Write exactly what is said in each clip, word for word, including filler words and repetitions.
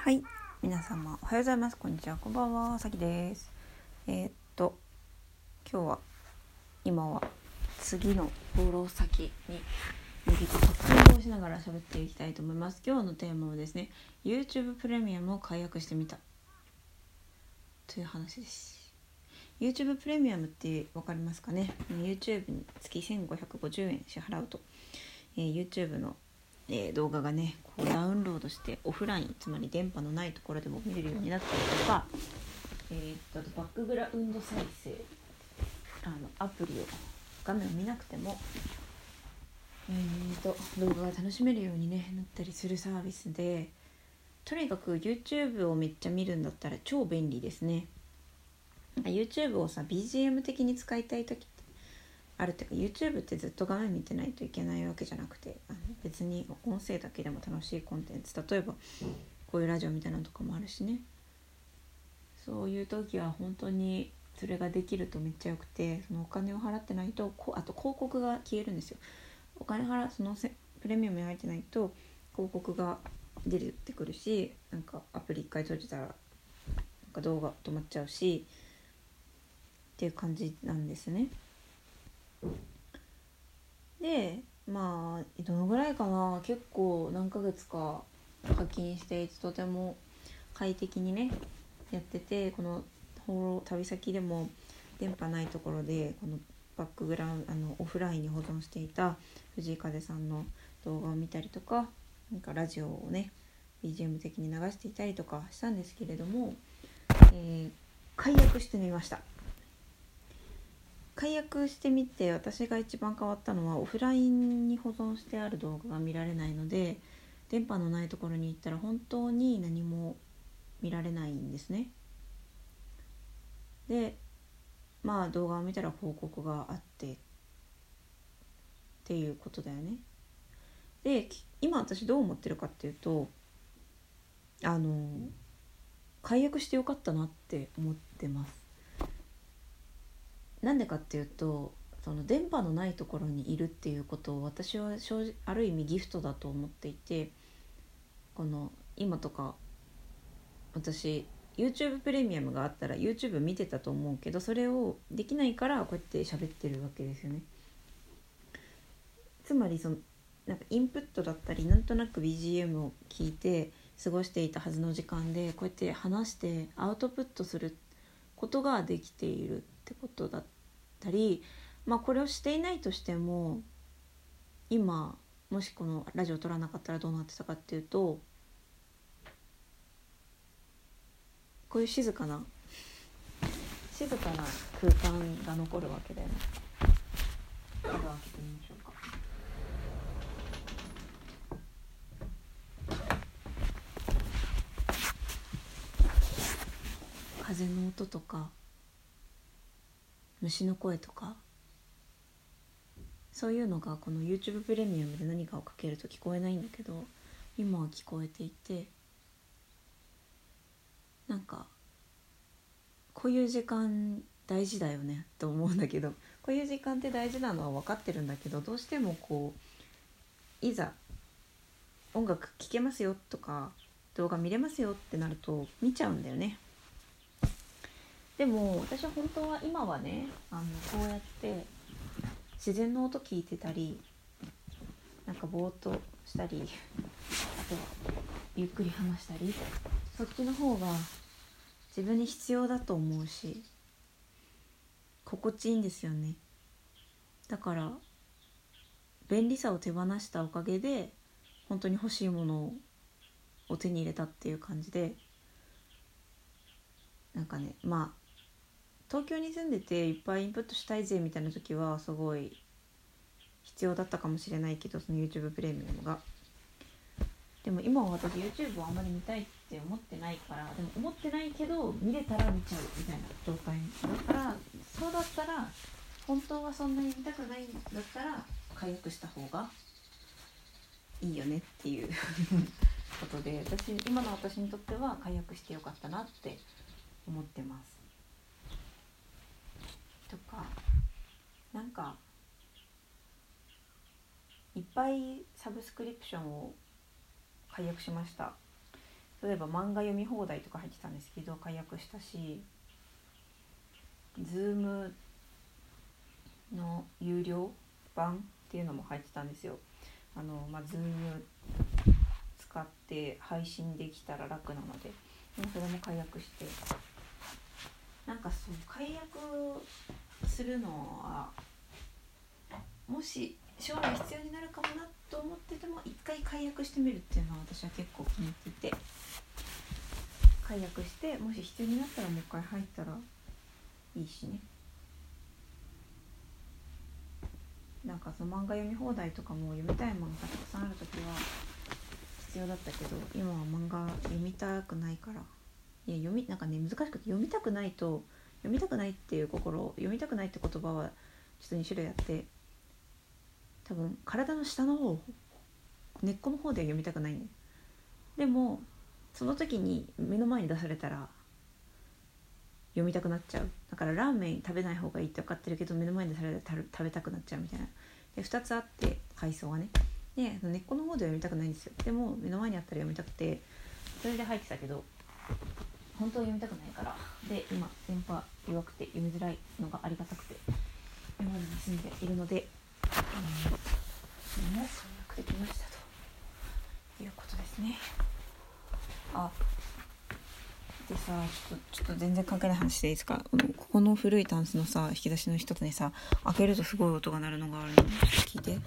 はい、皆様おはようございます。こんにちは、こんばんは、さきです。えー、っと今日は今は次の放浪先に向けて活動をしながら喋っていきたいと思います。今日のテーマはですね、YouTube プレミアムを解約してみたという話です。YouTube プレミアムって分かりますかね。 YouTube に月せんごひゃくごじゅうえん支払うと、えー、YouTube のえー、動画がねこうダウンロードしてオフライン、つまり電波のないところでも見れるようになったりとか、えー、あとバックグラウンド再生、あのアプリを画面を見なくても、えー、と動画が楽しめるように、ね、なったりするサービスで、とにかく YouTube をめっちゃ見るんだったら超便利ですね。YouTube をさ ビージーエム 的に使いたい時ってあるっていうか、 YouTube ってずっと画面見てないといけないわけじゃなくて、あの別に音声だけでも楽しいコンテンツ、例えばこういうラジオみたいなのとかもあるしね、そういう時は本当にそれができるとめっちゃよくて、そのお金を払ってないと、あと広告が消えるんですよ。お金払そのプレミアムに入ってないと広告が出てくるし、なんかアプリ一回閉じたらなんか動画止まっちゃうしっていう感じなんですね。でまあどのぐらいかな、結構何ヶ月か課金していて、とても快適にねやってて、この放浪旅先でも電波ないところでこのバックグラウンド、あのオフラインに保存していた藤井風さんの動画を見たりとか、なんかラジオをね ビージーエム 的に流していたりとかしたんですけれども、えー、解約してみました。解約してみて私が一番変わったのは、オフラインに保存してある動画が見られないので、電波のないところに行ったら本当に何も見られないんですね。でまあ動画を見たら広告があってっていうことだよね。で今私どう思ってるかっていうと、あの解約してよかったなって思ってます。なんでかっていうと、その電波のないところにいるっていうことを私は正直ある意味ギフトだと思っていて、この今とか私 YouTube プレミアムがあったら YouTube 見てたと思うけど、それをできないからこうやって喋ってるわけですよね。つまりそのなんかインプットだったり、なんとなく ビージーエム を聞いて過ごしていたはずの時間で、こうやって話してアウトプットすることができているってことだったり、まあこれをしていないとしても、今もしこのラジオを撮らなかったらどうなってたかっていうと、こういう静かな静かな空間が残るわけだよね。窓を開けてみましょうか。風の音とか虫の声とか、そういうのがこの YouTube プレミアムで何かをかけると聞こえないんだけど、今は聞こえていて、なんかこういう時間大事だよねと思うんだけど、こういう時間って大事なのは分かってるんだけど、どうしてもこういざ音楽聴けますよとか動画見れますよってなると見ちゃうんだよね。でも私は本当は今はね、あのこうやって自然の音聞いてたり、なんかぼーっとしたり、あとゆっくり話したり、そっちの方が自分に必要だと思うし、心地いいんですよね。だから便利さを手放したおかげで本当に欲しいものを手に入れたっていう感じで、なんかね、まあ東京に住んでていっぱいインプットしたいぜみたいな時はすごい必要だったかもしれないけど、その YouTube プレミアムが。でも今は私 YouTube をあんまり見たいって思ってないから、でも思ってないけど見れたら見ちゃうみたいな状態だから、そうだったら本当はそんなに見たくないんだったら解約した方がいいよねっていうことで、私今の私にとっては解約してよかったなって思ってます。とか、なんかいっぱいサブスクリプションを解約しました。 例えば漫画読み放題とか入ってたんですけど解約したし、ズームの有料版っていうのも入ってたんですよ。あのまあズーム使って配信できたら楽なので、でもそれも解約して、なんかそう解約するのはもし将来必要になるかもなと思ってても一回解約してみるっていうのは私は結構気に入っていて、解約してもし必要になったらもう一回入ったらいいしね。なんかその漫画読み放題とかも読みたい漫画たくさんあるときは必要だったけど、今は漫画読みたくないから、いや読みなんかね難しくて、読みたくないと読みたくないっていう心、読みたくないって言葉はちょっとに種類あって、多分体の下の方、根っこの方では読みたくないね。でもその時に目の前に出されたら読みたくなっちゃう。だからラーメン食べない方がいいって分かってるけど目の前に出されたら食べたくなっちゃうみたいな。でふたつあって、階層がね。で根っこの方では読みたくないんですよ。でも目の前にあったら読みたくて、それで入ってたけど本当は読みたくないから、で今電波弱くて読みづらいのがありがたくて今までに住んでいるので、うん、それも解約できましたということですね。あでさ、ちょっと、ちょっと全然関係ない話でいいですか。この、ここの古いタンスのさ引き出しの一つにさ、開けるとすごい音が鳴るのがあるの。聞いて、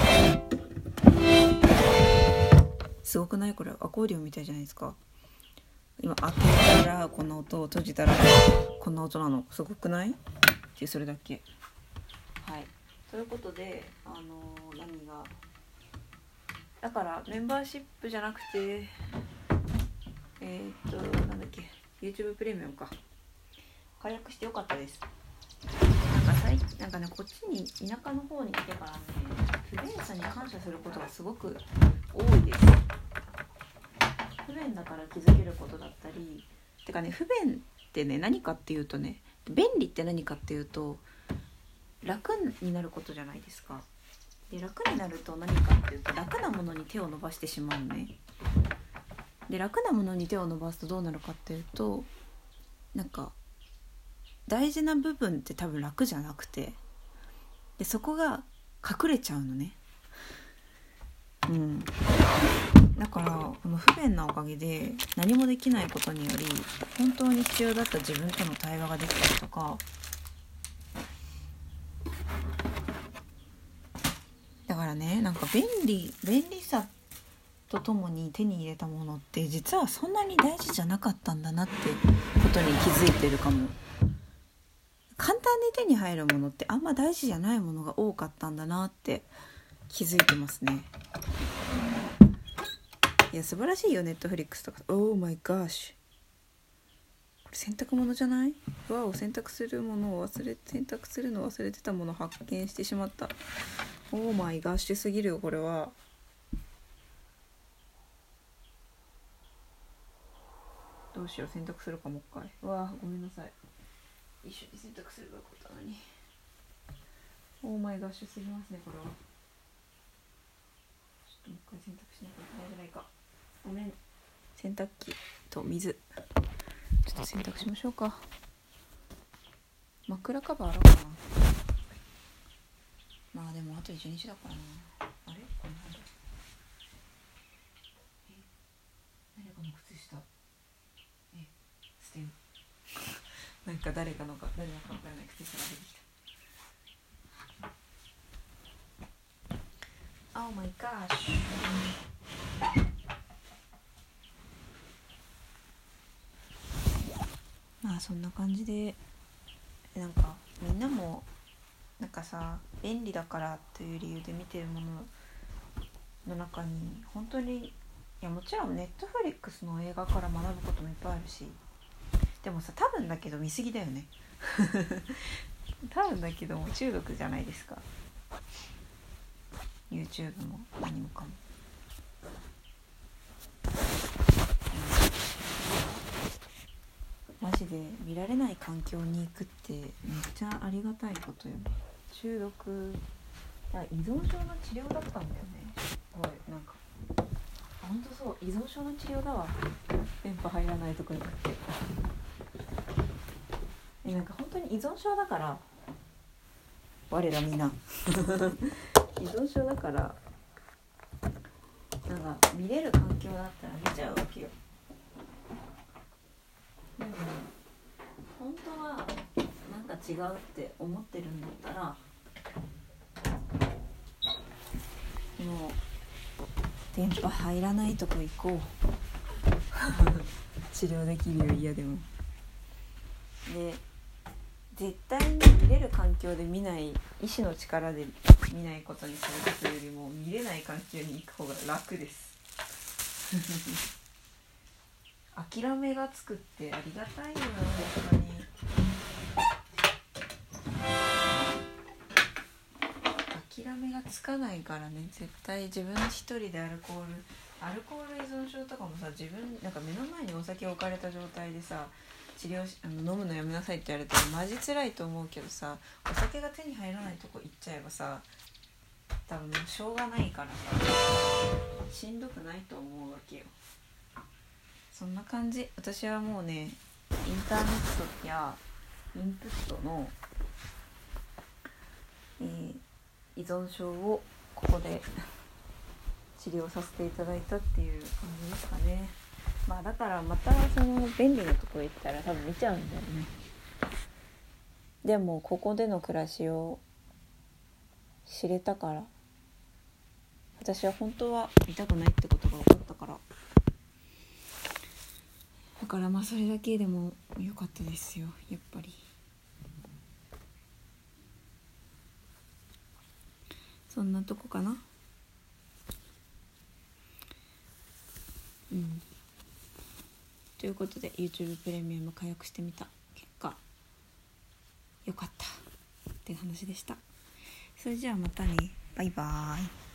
すごくない？これアコーディオンみたいじゃないですか。今開けたらこんな音を、閉じたらこんな音なの。すごくない？っていうそれだけ。はい、ということで、あのー、何がだからメンバーシップじゃなくてえー、っとなんだっけ YouTube プレミアムか、解約してよかったです。なんか最なんかね、こっちに田舎の方に来てからね、不便さに感謝することがすごく多いです。不便だから気づけることだったり、てかね、不便ってね何かっていうとね、便利って何かっていうと楽になることじゃないですか。で楽になると何かっていうと、楽なものに手を伸ばしてしまうのね。で楽なものに手を伸ばすとどうなるかっていうと、なんか大事な部分って多分楽じゃなくて、でそこが隠れちゃうのね。うんだからこの不便なおかげで何もできないことにより、本当に必要だった自分との対話ができたりとか、だからね、なんか便利便利さとともに手に入れたものって実はそんなに大事じゃなかったんだなってことに気づいてるかも。簡単に手に入るものってあんま大事じゃないものが多かったんだなって気づいてますね。いや素晴らしいよ、ネットフリックスとか。オーマイガーシュ、これ洗濯物じゃない？わお、洗濯するものを忘れ洗濯するの忘れてたものを発見してしまった。オーマイガーシュすぎるよこれは。どうしよう、洗濯するかもう一回。うわごめんなさい、一緒に洗濯すればよかったのに。オーマイガッシュすぎますねこれは。ちょっともう一回洗濯しなきゃいけないぐらいか。ごめん。洗濯機と水ちょっと洗濯しましょうか。枕カバーあろうかな。まあでもあと一日だからな。あれこれなんだ、え誰かの靴下、え捨てるなんか誰かのか誰のかわからない靴下が出てきた。Oh my gosh。 まあそんな感じで、なんかみんなもなんかさ、便利だからという理由で見てるものの中に本当に、いやもちろんネットフリックスの映画から学ぶこともいっぱいあるし、でもさ多分だけど見過ぎだよね多分だけども中毒じゃないですか、 YouTube も何もかも。マジで見られない環境に行くってめっちゃありがたいことよね。中毒、依存症の治療だったんだよね。すごいなんかほんとそう、依存症の治療だわ。電波入らないとこに行ってえなんか本当に依存症だから我らみんな依存症だからなんか見れる環境だったら見ちゃうわけよ。でも本当はなんか違うって思ってるんだったらもう電波入らないとこ行こう治療できるよ嫌でも。で絶対に見れる環境で見ない、医師の力で見ないことにするよりも見れない環境に行く方が楽です諦めがつくってありがたいよな本当に。諦めがつかないからね、絶対自分一人でアルコールアルコール依存症とかもさ、自分なんか目の前にお酒置かれた状態でさ治療しあの飲むのやめなさいって言われたらマジ辛いと思うけどさ、お酒が手に入らないとこ行っちゃえばさ多分しょうがないからさしんどくないと思うわけよ。そんな感じ。私はもうねインターネットやインプットの、えー、依存症をここで治療させていただいたっていう感じですかね。まあだからまたその便利なとこ行ったら多分見ちゃうんだよね。でもここでの暮らしを知れたから、私は本当は見たくないってことが分かったから、だからまあそれだけでも良かったですよやっぱり。そんなとこかな。うんということで YouTube プレミアム解約してみた結果良かったって話でした。それじゃあまたね、バイバーイ。